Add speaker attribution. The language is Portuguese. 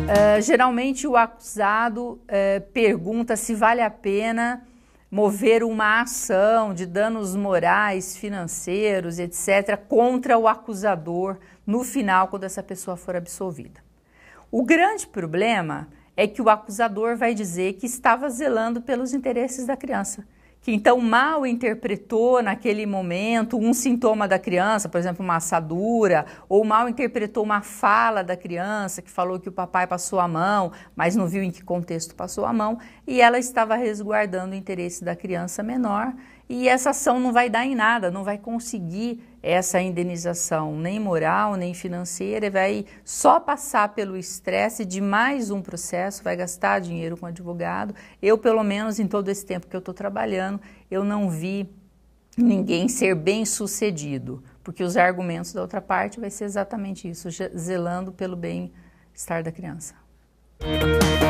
Speaker 1: Geralmente o acusado pergunta se vale a pena mover uma ação de danos morais, financeiros, etc., contra o acusador no final, quando essa pessoa for absolvida. O grande problema é que o acusador vai dizer que estava zelando pelos interesses da criança, que então mal interpretou naquele momento um sintoma da criança, por exemplo, uma assadura, ou mal interpretou uma fala da criança que falou que o papai passou a mão, mas não viu em que contexto passou a mão, e ela estava resguardando o interesse da criança menor, e essa ação não vai dar em nada, não vai conseguir essa indenização nem moral, nem financeira, vai só passar pelo estresse de mais um processo, vai gastar dinheiro com advogado. Eu, pelo menos, em todo esse tempo que eu estou trabalhando, eu não vi ninguém ser bem sucedido, porque os argumentos da outra parte vai ser exatamente isso, zelando pelo bem-estar da criança.